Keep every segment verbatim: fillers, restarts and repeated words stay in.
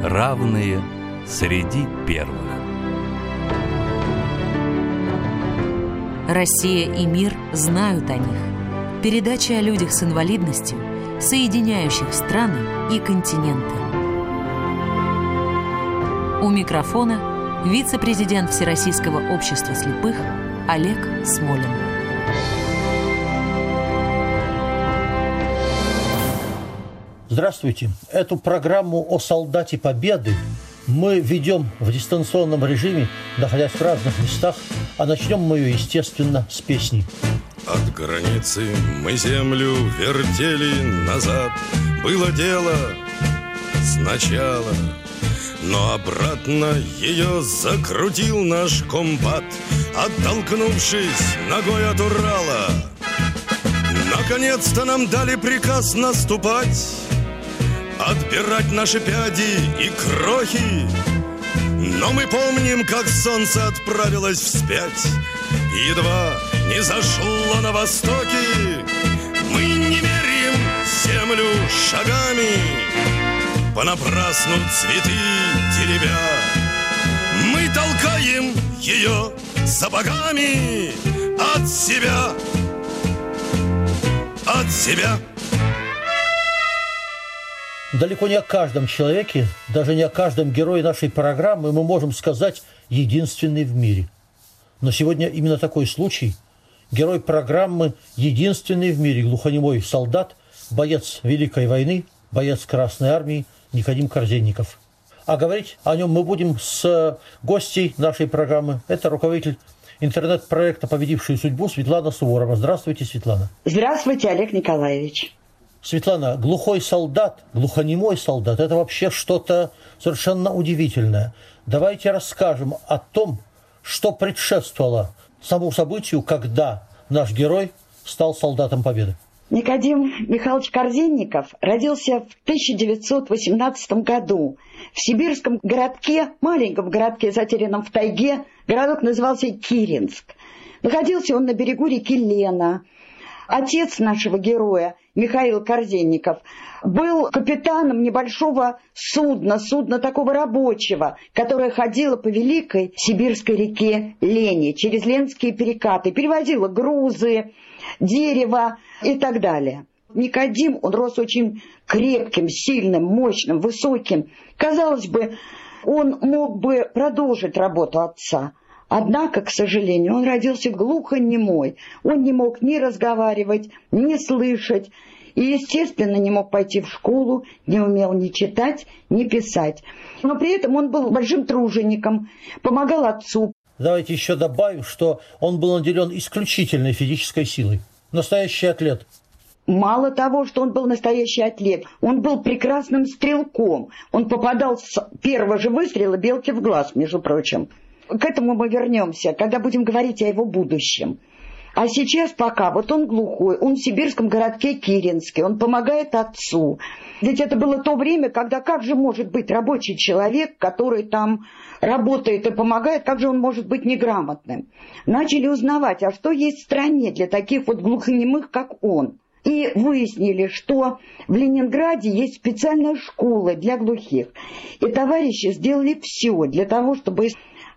равные среди первых. Россия и мир знают о них. Передача о людях с инвалидностью, соединяющих страны и континенты. У микрофона вице-президент Всероссийского общества слепых Олег Смолин. Здравствуйте. Эту программу о солдате Победы мы ведем в дистанционном режиме, находясь в разных местах, а начнем мы ее, естественно, с песни. От границы мы землю вертели назад. Было дело сначала, но обратно ее закрутил наш комбат, оттолкнувшись ногой от Урала. Наконец-то нам дали приказ наступать, отбирать наши пяди и крохи. Но мы помним, как солнце отправилось вспять, едва не зашло на востоке. Мы не меряем землю шагами, понапрасну цветы теребя. Мы толкаем ее сапогами от себя, от себя. Далеко не о каждом человеке, даже не о каждом герое нашей программы мы можем сказать «единственный в мире». Но сегодня именно такой случай. Герой программы «Единственный в мире» глухонемой солдат, боец Великой войны, боец Красной армии Никодим Корзенников. А говорить о нем мы будем с гостей нашей программы. Это руководитель интернет-проекта «Победившие судьбу» Светлана Суворова. Здравствуйте, Светлана. Здравствуйте, Олег Николаевич. Светлана, глухой солдат, глухонемой солдат – это вообще что-то совершенно удивительное. Давайте расскажем о том, что предшествовало самому событию, когда наш герой стал солдатом Победы. Никодим Михайлович Корзенников родился в тысяча девятьсот восемнадцатом году в сибирском городке, маленьком городке, затерянном в тайге. Городок назывался Киренск. Находился он на берегу реки Лена. Отец нашего героя, Михаил Корзенников, был капитаном небольшого судна, судна такого рабочего, которое ходило по великой сибирской реке Лене, через Ленские перекаты, перевозило грузы, дерево и так далее. Никодим, он рос очень крепким, сильным, мощным, высоким. Казалось бы, он мог бы продолжить работу отца. Однако, к сожалению, он родился глухонемой. Он не мог ни разговаривать, ни слышать. И, естественно, не мог пойти в школу, не умел ни читать, ни писать. Но при этом он был большим тружеником, помогал отцу. Давайте еще добавим, что он был наделен исключительной физической силой. Настоящий атлет. Мало того, что он был настоящий атлет, он был прекрасным стрелком. Он попадал с первого же выстрела белке в глаз, между прочим. К этому мы вернемся, когда будем говорить о его будущем. А сейчас пока вот он глухой, он в сибирском городке Киренске, он помогает отцу. Ведь это было то время, когда как же может быть рабочий человек, который там работает и помогает, как же он может быть неграмотным? Начали узнавать, а что есть в стране для таких вот глухонемых, как он. И выяснили, что в Ленинграде есть специальная школа для глухих. И товарищи сделали все для того, чтобы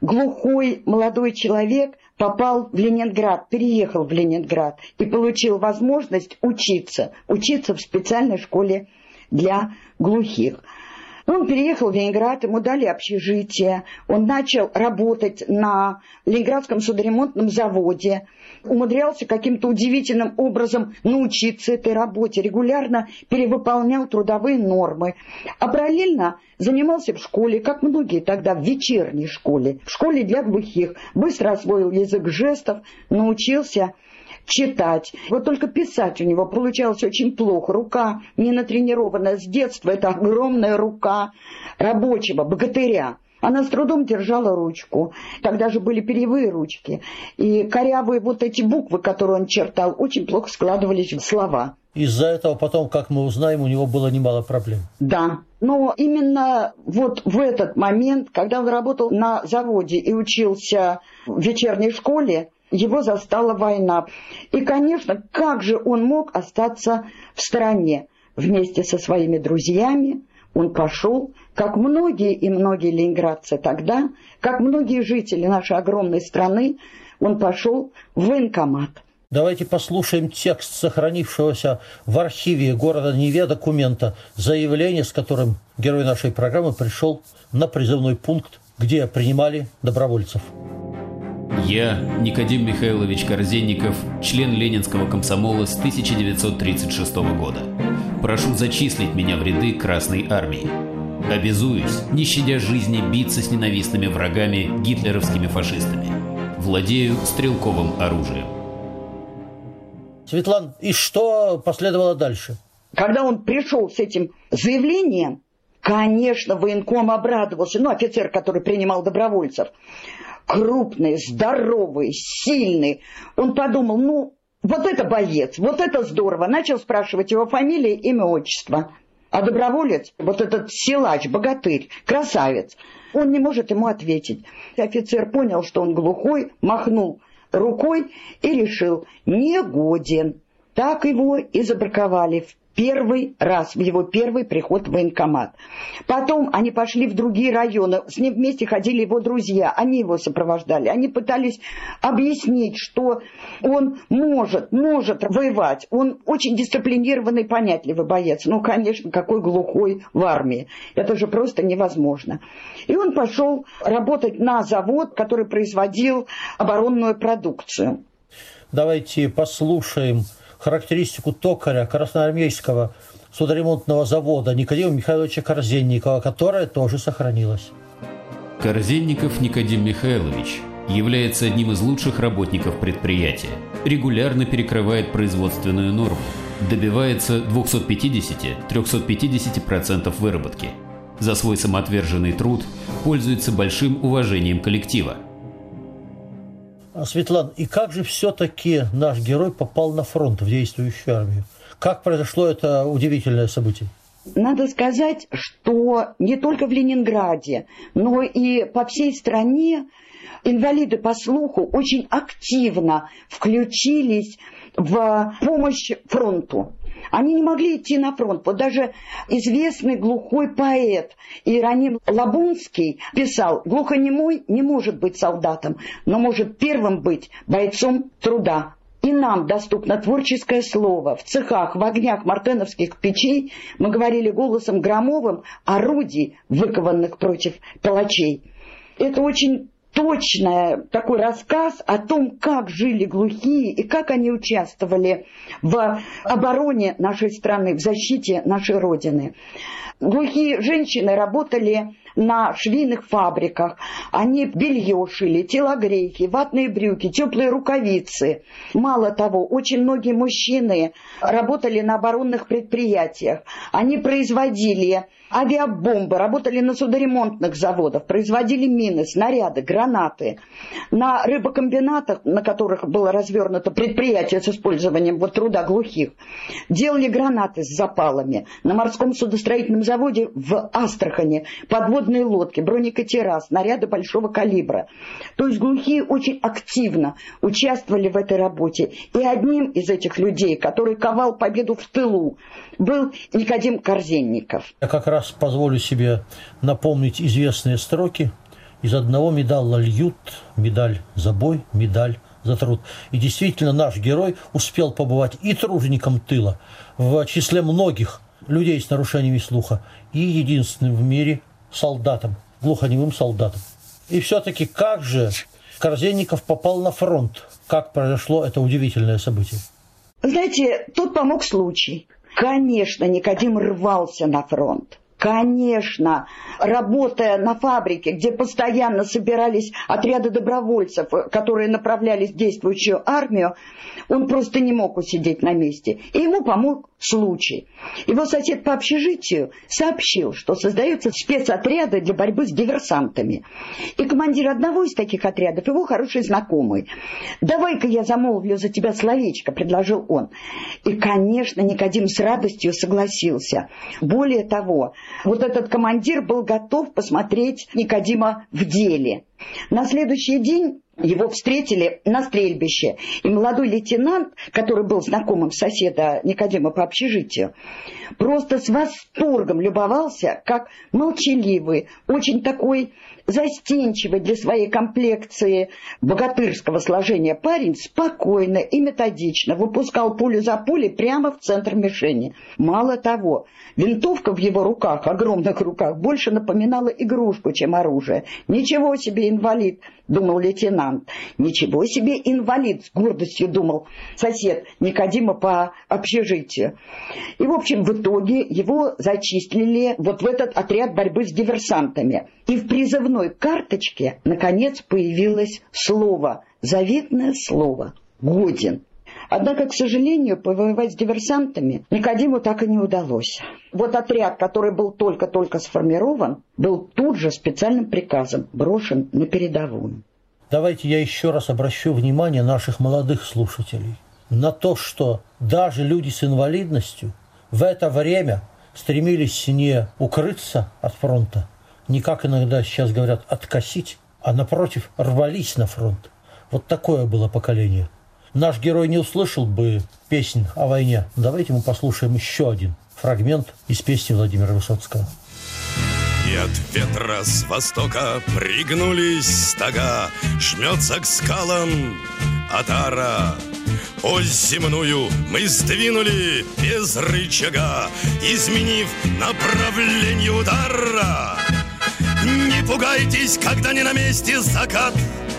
глухой молодой человек попал в Ленинград, переехал в Ленинград и получил возможность учиться, учиться в специальной школе для глухих. Он переехал в Ленинград, ему дали общежитие, он начал работать на Ленинградском судоремонтном заводе, умудрялся каким-то удивительным образом научиться этой работе, регулярно перевыполнял трудовые нормы, а параллельно занимался в школе, как многие тогда, в вечерней школе, в школе для глухих, быстро освоил язык жестов, научился читать. Вот только писать у него получалось очень плохо. Рука не натренированная с детства. Это огромная рука рабочего, богатыря. Она с трудом держала ручку. Тогда же были перьевые ручки. И корявые вот эти буквы, которые он чертал, очень плохо складывались в слова. Из-за этого потом, как мы узнаем, у него было немало проблем. Да. Но именно вот в этот момент, когда он работал на заводе и учился в вечерней школе, его застала война. И, конечно, как же он мог остаться в стороне вместе со своими друзьями? он пошел, как многие и многие ленинградцы тогда, как многие жители нашей огромной страны, он пошел в военкомат. Давайте послушаем текст сохранившегося в архиве города Неве документа, заявление, с которым герой нашей программы пришел на призывной пункт, где принимали добровольцев. Я, Никодим Михайлович Корзенников, член Ленинского комсомола с тысяча девятьсот тридцать шестого года. Прошу зачислить меня в ряды Красной Армии. Обязуюсь, не щадя жизни, биться с ненавистными врагами, гитлеровскими фашистами. Владею стрелковым оружием. Светлана, и что последовало дальше? Когда он пришел с этим заявлением, конечно, военком обрадовался, ну, офицер, который принимал добровольцев, крупный, здоровый, сильный. Он подумал, ну, вот это боец, вот это здорово. Начал спрашивать его фамилию, имя, отчество. А доброволец, вот этот силач, богатырь, красавец, он не может ему ответить. Офицер понял, что он глухой, махнул рукой и решил, не годен. Так его и забраковали в первый раз, в его первый приход в военкомат. Потом они пошли в другие районы, с ним вместе ходили его друзья, они его сопровождали, они пытались объяснить, что он может, может воевать, он очень дисциплинированный, понятливый боец, ну, конечно, какой глухой в армии, это же просто невозможно. И он пошел работать на завод, который производил оборонную продукцию. Давайте послушаем характеристику токаря Красноармейского судоремонтного завода Никодима Михайловича Корзенникова, которая тоже сохранилась. Корзенников Никодим Михайлович является одним из лучших работников предприятия, регулярно перекрывает производственную норму, добивается двести пятьдесят - триста пятьдесят процентов выработки. За свой самоотверженный труд пользуется большим уважением коллектива. Светлана, и как же все-таки наш герой попал на фронт, в действующую армию? Как произошло это удивительное событие? Надо сказать, что не только в Ленинграде, но и по всей стране инвалиды по слуху очень активно включились в помощь фронту. Они не могли идти на фронт. Вот даже известный глухой поэт Иероним Лабунский писал, глухонемой не может быть солдатом, но может первым быть бойцом труда. И нам доступно творческое слово. В цехах, в огнях мартеновских печей мы говорили голосом громовым орудий, выкованных против палачей. Это очень точный такой рассказ о том, как жили глухие и как они участвовали в обороне нашей страны, в защите нашей Родины. Глухие женщины работали на швейных фабриках. Они белье шили, телогрейки, ватные брюки, теплые рукавицы. Мало того, очень многие мужчины работали на оборонных предприятиях. Они производили авиабомбы, работали на судоремонтных заводах, производили мины, снаряды, гранаты. На рыбокомбинатах, на которых было развернуто предприятие с использованием вот труда глухих, делали гранаты с запалами. На морском судостроительном заводе в Астрахани подводные лодки, бронекатера, снаряды большого калибра. То есть глухие очень активно участвовали в этой работе. И одним из этих людей, который ковал победу в тылу, был Никодим Корзенников. Я как раз позволю себе напомнить известные строки. Из одного медаля льют, медаль за бой, медаль за труд. И действительно наш герой успел побывать и тружеником тыла, в числе многих людей с нарушениями слуха, и единственным в мире солдатом, глухонемым солдатом. И все-таки как же Корзенников попал на фронт? Как произошло это удивительное событие? Знаете, тут помог случай. Конечно, Никодим рвался на фронт. Конечно, работая на фабрике, где постоянно собирались отряды добровольцев, которые направлялись в действующую армию, он просто не мог усидеть на месте. И ему помог случай. Его сосед по общежитию сообщил, что создаются спецотряды для борьбы с диверсантами. И командир одного из таких отрядов, его хороший знакомый. «Давай-ка я замолвлю за тебя словечко», — предложил он. И, конечно, Никодим с радостью согласился. Более того, вот этот командир был готов посмотреть Никодима в деле. На следующий день Его встретили на стрельбище. И молодой лейтенант, который был знакомым соседа Никодима по общежитию, просто с восторгом любовался, как молчаливый, очень такой застенчивый для своей комплекции богатырского сложения парень спокойно и методично выпускал пулю за пулей прямо в центр мишени. Мало того, винтовка в его руках, огромных руках, больше напоминала игрушку, чем оружие. «Ничего себе инвалид!» — думал лейтенант. «Ничего себе инвалид!» — с гордостью думал сосед Никодима по общежитию. И, в общем, в итоге его зачислили вот в этот отряд борьбы с диверсантами. И в призывной карточке, наконец, появилось слово, заветное слово «годен». Однако, к сожалению, повоевать с диверсантами Никодиму так и не удалось. Вот отряд, который был только-только сформирован, был тут же специальным приказом брошен на передовую. Давайте я еще раз обращу внимание наших молодых слушателей на то, что даже люди с инвалидностью в это время стремились не укрыться от фронта, не как иногда сейчас говорят откосить, а напротив рвались на фронт. Вот такое было поколение. Наш герой не услышал бы песнь о войне. Давайте мы послушаем еще один фрагмент из песни Владимира Высоцкого. И от ветра с востока пригнулись стога, жмется к скалам отара. Ось земную мы сдвинули без рычага, изменив направление удара. Не пугайтесь, когда не на месте закат.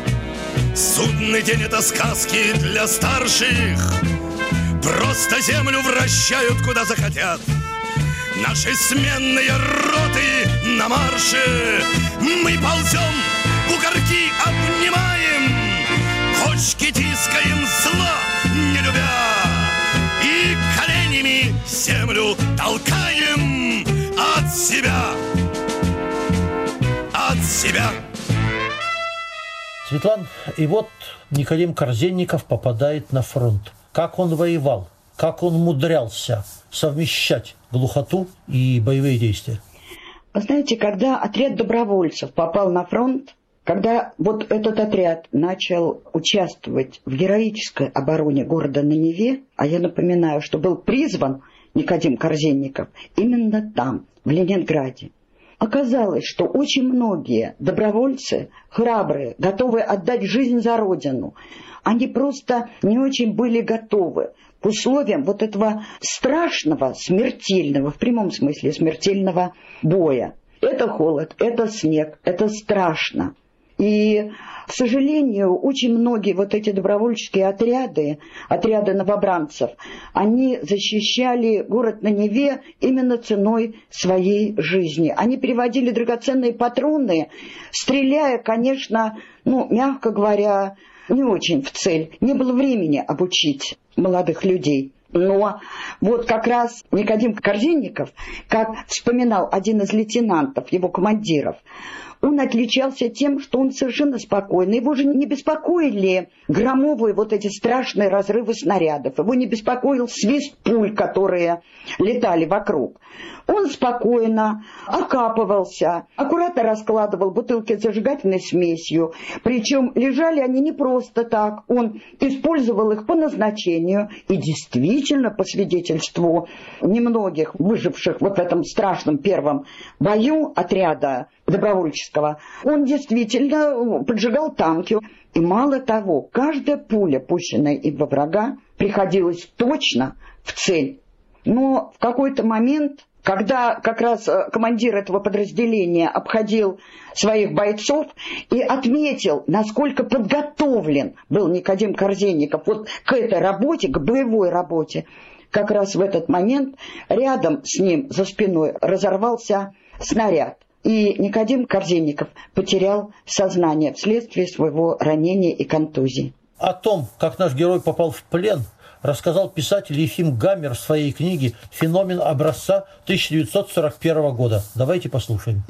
Судный день — это сказки для старших. Просто землю вращают, куда захотят. Наши сменные роты на марше. Мы ползем, бугорки обнимаем, почки тискаем, зла не любя, и коленями землю толкаем от себя, от себя. Светлана, и вот Никодим Корзенников попадает на фронт. Как он воевал, как он умудрялся совмещать глухоту и боевые действия? Вы знаете, когда отряд добровольцев попал на фронт, когда вот этот отряд начал участвовать в героической обороне города на Неве, а я напоминаю, что был призван Никодим Корзенников именно там, в Ленинграде, оказалось, что очень многие добровольцы, храбрые, готовые отдать жизнь за Родину, они просто не очень были готовы к условиям вот этого страшного, смертельного, в прямом смысле смертельного боя. Это холод, это снег, это страшно. И, к сожалению, очень многие вот эти добровольческие отряды, отряды новобранцев, они защищали город на Неве именно ценой своей жизни. Они переводили драгоценные патроны, стреляя, конечно, ну, мягко говоря, не очень в цель. Не было времени обучить молодых людей. Но вот как раз Никодим Корзенников, как вспоминал один из лейтенантов, его командиров, он отличался тем, что он совершенно спокойно. Его же не беспокоили громовые вот эти страшные разрывы снарядов. Его не беспокоил свист пуль, которые летали вокруг. Он спокойно окапывался, аккуратно раскладывал бутылки с зажигательной смесью. Причем лежали они не просто так. Он использовал их по назначению. И действительно, по свидетельству немногих выживших вот в этом страшном первом бою отряда добровольческого, он действительно поджигал танки. И мало того, каждая пуля, пущенная им во врага, приходилась точно в цель. Но в какой-то момент, когда как раз командир этого подразделения обходил своих бойцов и отметил, насколько подготовлен был Никодим Корзенников вот к этой работе, к боевой работе, как раз в этот момент рядом с ним за спиной разорвался снаряд. И Никодим Корзенников потерял сознание вследствие своего ранения и контузии. О том, как наш герой попал в плен, рассказал писатель Ефим Гаммер в своей книге «Феномен образца» тысяча девятьсот сорок первого года. Давайте послушаем.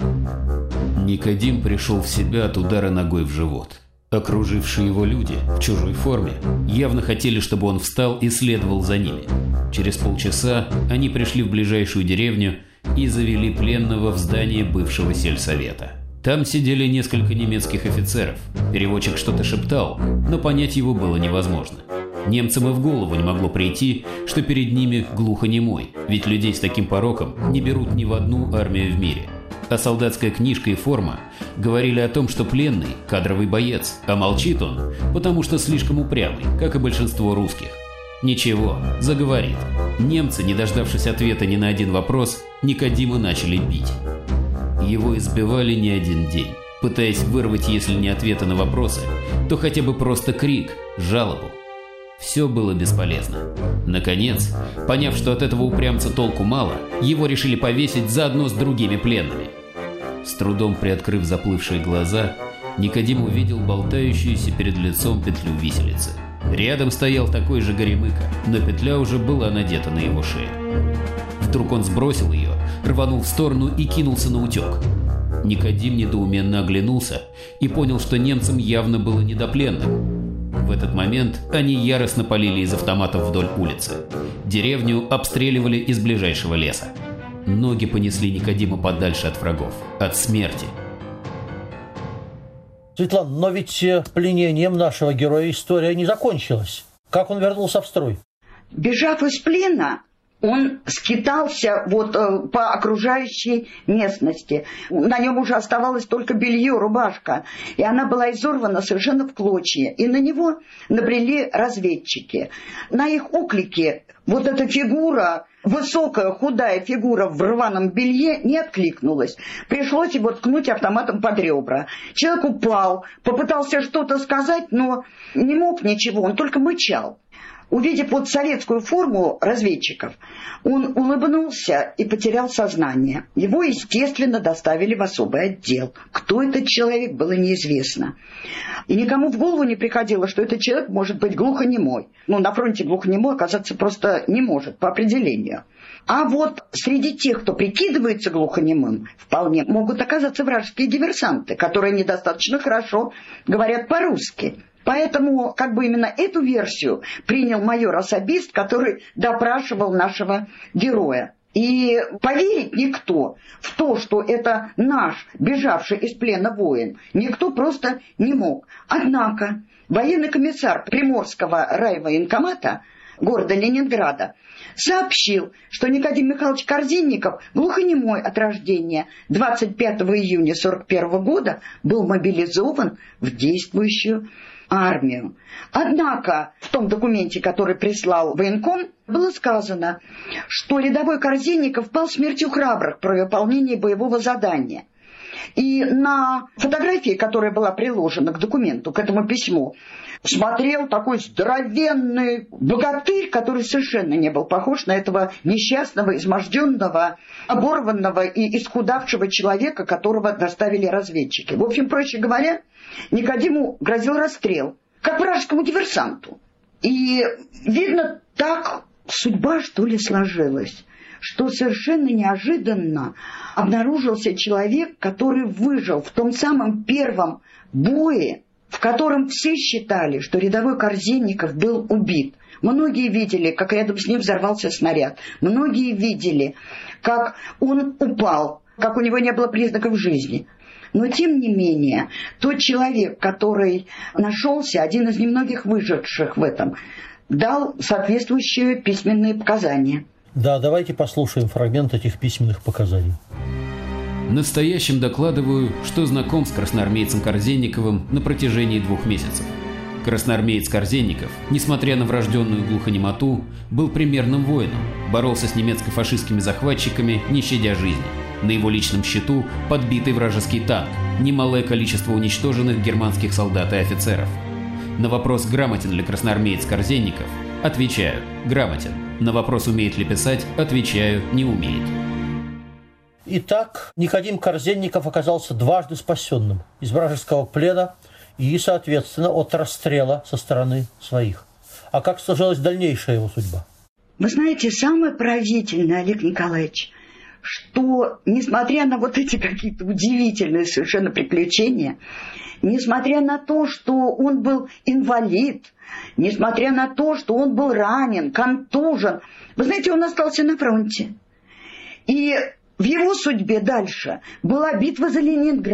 Никодим пришел в себя от удара ногой в живот. Окружившие его люди в чужой форме явно хотели, чтобы он встал и следовал за ними. Через полчаса они пришли в ближайшую деревню и завели пленного в здание бывшего сельсовета. Там сидели несколько немецких офицеров. Переводчик что-то шептал, но понять его было невозможно. Немцам и в голову не могло прийти, что перед ними глухонемой, ведь людей с таким пороком не берут ни в одну армию в мире. А солдатская книжка и форма говорили о том, что пленный – кадровый боец, а молчит он, потому что слишком упрямый, как и большинство русских. Ничего, заговорит. Немцы, не дождавшись ответа ни на один вопрос, Никодима начали бить. Его избивали не один день, пытаясь вырвать, если не ответы на вопросы, то хотя бы просто крик, жалобу. Все было бесполезно. Наконец, поняв, что от этого упрямца толку мало, его решили повесить заодно с другими пленными. С трудом приоткрыв заплывшие глаза, Никодим увидел болтающуюся перед лицом петлю виселицы. Рядом стоял такой же горемыка, но петля уже была надета на его шею. Вдруг он сбросил ее, рванул в сторону и кинулся на утек. Никодим недоуменно оглянулся и понял, что немцам явно было не до пленных. В этот момент они яростно палили из автоматов вдоль улицы. Деревню обстреливали из ближайшего леса. Ноги понесли Никодима подальше от врагов, от смерти. Светлана, но ведь пленением нашего героя история не закончилась. Как он вернулся в строй? Бежав из плена, он скитался вот э, по окружающей местности. На нем уже оставалось только белье, рубашка. И она была изорвана совершенно в клочья. И на него набрели разведчики. На их оклики вот эта фигура, высокая, худая фигура в рваном белье не откликнулась. Пришлось его ткнуть автоматом под ребра. Человек упал, попытался что-то сказать, но не мог ничего, он только мычал. Увидев вот советскую форму разведчиков, он улыбнулся и потерял сознание. Его, естественно, доставили в особый отдел. Кто этот человек, было неизвестно. И никому в голову не приходило, что этот человек может быть глухонемой. Ну, на фронте глухонемой оказаться просто не может, по определению. А вот среди тех, кто прикидывается глухонемым, вполне могут оказаться вражеские диверсанты, которые недостаточно хорошо говорят по-русски. Поэтому как бы именно эту версию принял майор-особист, который допрашивал нашего героя. И поверить никто в то, что это наш, бежавший из плена воин, никто просто не мог. Однако военный комиссар Приморского райвоенкомата города Ленинграда сообщил, что Никодим Михайлович Корзинников, глухонемой от рождения, двадцать пятого июня сорок первого года был мобилизован в действующую армию. Однако в том документе, который прислал военком, было сказано, что рядовой Корзинников пал смертью храбрых при выполнении боевого задания. И на фотографии, которая была приложена к документу, к этому письму, смотрел такой здоровенный богатырь, который совершенно не был похож на этого несчастного, изможденного, оборванного и исхудавшего человека, которого доставили разведчики. В общем, проще говоря, Никодиму грозил расстрел, как вражескому диверсанту. И, видно, так судьба, что ли, сложилась, что совершенно неожиданно обнаружился человек, который выжил в том самом первом бое, в котором все считали, что рядовой Корзинников был убит. Многие видели, как рядом с ним взорвался снаряд. Многие видели, как он упал, как у него не было признаков жизни. Но, тем не менее, тот человек, который нашелся, один из немногих выживших в этом, дал соответствующие письменные показания. Да, давайте послушаем фрагмент этих письменных показаний. Настоящим докладываю, что знаком с красноармейцем Корзинниковым на протяжении двух месяцев. Красноармеец Корзинников, несмотря на врожденную глухонемоту, был примерным воином, боролся с немецко-фашистскими захватчиками, не щадя жизни. На его личном счету подбитый вражеский танк, немалое количество уничтоженных германских солдат и офицеров. На вопрос, грамотен ли красноармеец Корзинников, отвечаю – грамотен. На вопрос, умеет ли писать, отвечаю – не умеет. Итак, Никодим Корзинников оказался дважды спасенным из вражеского плена и, соответственно, от расстрела со стороны своих. А как сложилась дальнейшая его судьба? Вы знаете, самое поразительное, Олег Николаевич, что, несмотря на вот эти какие-то удивительные совершенно приключения, несмотря на то, что он был инвалид, несмотря на то, что он был ранен, контужен, вы знаете, он остался на фронте. И в его судьбе дальше была битва за Ленинград,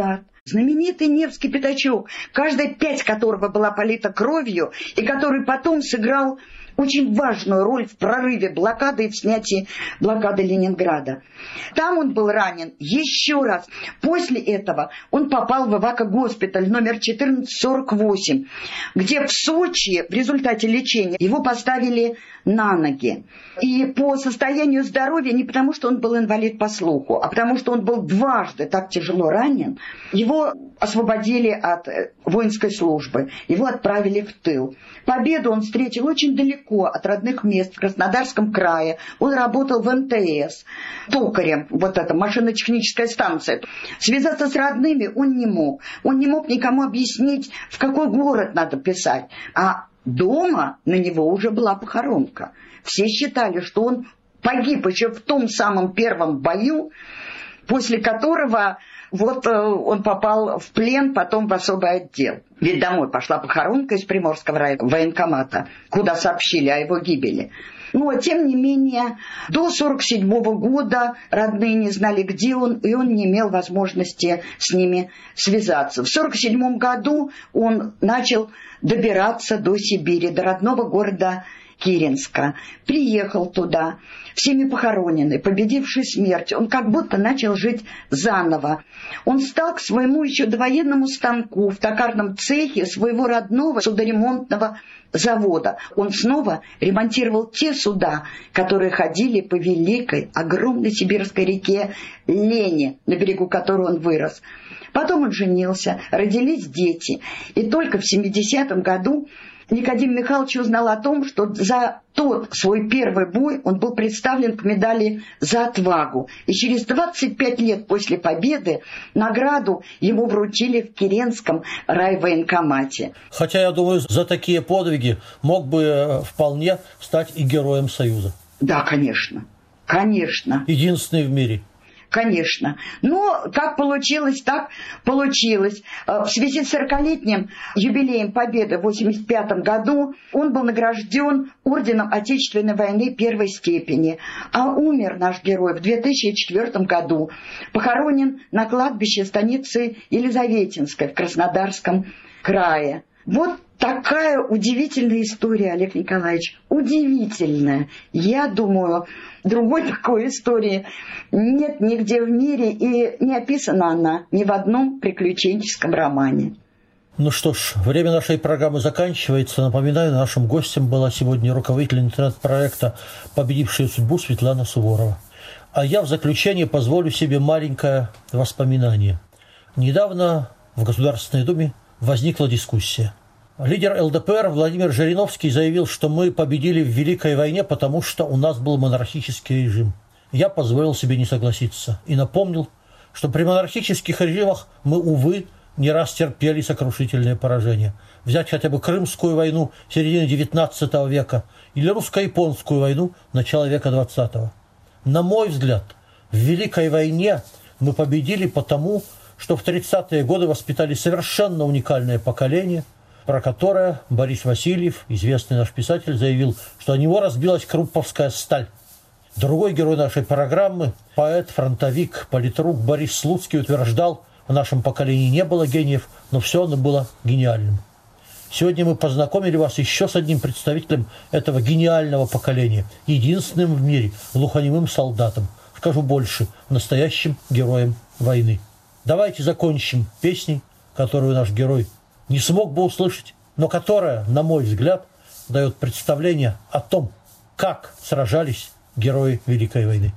Знаменитый Невский пятачок, каждая пять которого была полита кровью, и который потом сыграл очень важную роль в прорыве блокады и в снятии блокады Ленинграда. Там он был ранен еще раз. После этого он попал в эвакогоспиталь номер четырнадцать сорок восемь, где в Сочи в результате лечения его поставили на ноги. И по состоянию здоровья, не потому что он был инвалид по слуху, а потому что он был дважды так тяжело ранен, его освободили от воинской службы, его отправили в тыл. Победу он встретил очень далеко от родных мест в Краснодарском крае. Он работал в эм тэ эс токарем, вот эта машинно-техническая станция. Связаться с родными он не мог. Он не мог никому объяснить, в какой город надо писать. А дома на него уже была похоронка. Все считали, что он погиб еще в том самом первом бою, после которого вот он попал в плен, потом в особый отдел. Ведь домой пошла похоронка из Приморского райвоенкомата, куда сообщили о его гибели. Но, тем не менее, до сорок седьмого года родные не знали, где он, и он не имел возможности с ними связаться. В сорок седьмом году он начал добираться до Сибири, до родного города Киренска. Приехал туда, всеми похороненный, победивший смерть. Он как будто начал жить заново. Он стал к своему еще довоенному станку в токарном цехе своего родного судоремонтного завода. Он снова ремонтировал те суда, которые ходили по великой, огромной сибирской реке Лени, на берегу которой он вырос. Потом он женился, родились дети. И только в семидесятом году Никодим Михайлович узнал о том, что за тот свой первый бой он был представлен к медали «За отвагу». И через двадцать пять лет после победы награду ему вручили в Киренском райвоенкомате. Хотя, я думаю, за такие подвиги мог бы вполне стать и героем Союза. Да, конечно. Конечно. Единственный в мире. Конечно. Но как получилось, так получилось. В связи с сорокалетним юбилеем Победы в восемьдесят пятом году он был награжден орденом Отечественной войны первой степени. А умер наш герой в две тысячи четвёртом году. Похоронен на кладбище станицы Елизаветинской в Краснодарском крае. Вот такая удивительная история, Олег Николаевич. Удивительная. Я думаю, другой такой истории нет нигде в мире, и не описана она ни в одном приключенческом романе. Ну что ж, время нашей программы заканчивается. Напоминаю, нашим гостем была сегодня руководитель интернет-проекта «Победившая судьбу» Светлана Суворова. А я в заключение позволю себе маленькое воспоминание. Недавно в Государственной Думе возникла дискуссия. Лидер эл дэ пэ эр Владимир Жириновский заявил, что мы победили в Великой войне, потому что у нас был монархический режим. Я позволил себе не согласиться и напомнил, что при монархических режимах мы, увы, не раз терпели сокрушительные поражения. Взять хотя бы Крымскую войну середины девятнадцатого века или русско-японскую войну начала века двадцатого. На мой взгляд, в Великой войне мы победили потому, что в тридцатые годы воспитали совершенно уникальное поколение, про которое Борис Васильев, известный наш писатель, заявил, что о него разбилась крупповская сталь. Другой герой нашей программы, поэт, фронтовик, политрук Борис Слуцкий утверждал, в нашем поколении не было гениев, но все оно было гениальным. Сегодня мы познакомили вас еще с одним представителем этого гениального поколения, единственным в мире глухонемым солдатом, скажу больше, настоящим героем войны. Давайте закончим песней, которую наш герой не смог бы услышать, но которая, на мой взгляд, дает представление о том, как сражались герои Великой войны.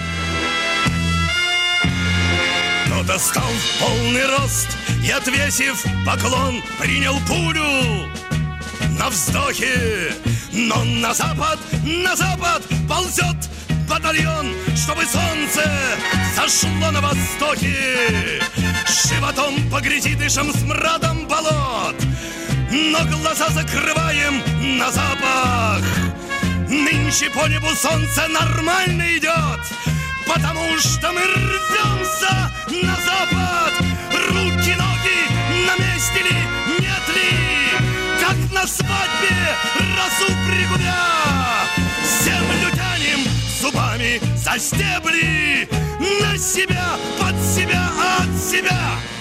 Кто-то стал в полный рост и, отвесив поклон, принял пулю на вздохе. Но на запад, на запад ползет батальон, чтобы солнце зашло на востоке. Животом по грязи дышим смрадом болот, но глаза закрываем на запах. Нынче по небу солнце нормально идет, потому что мы рвемся на запад. Руки, ноги на месте ли, нет ли? Как на свадьбе росу пригубя, землю тянем зубами за стебли, на себя, под себя, от себя.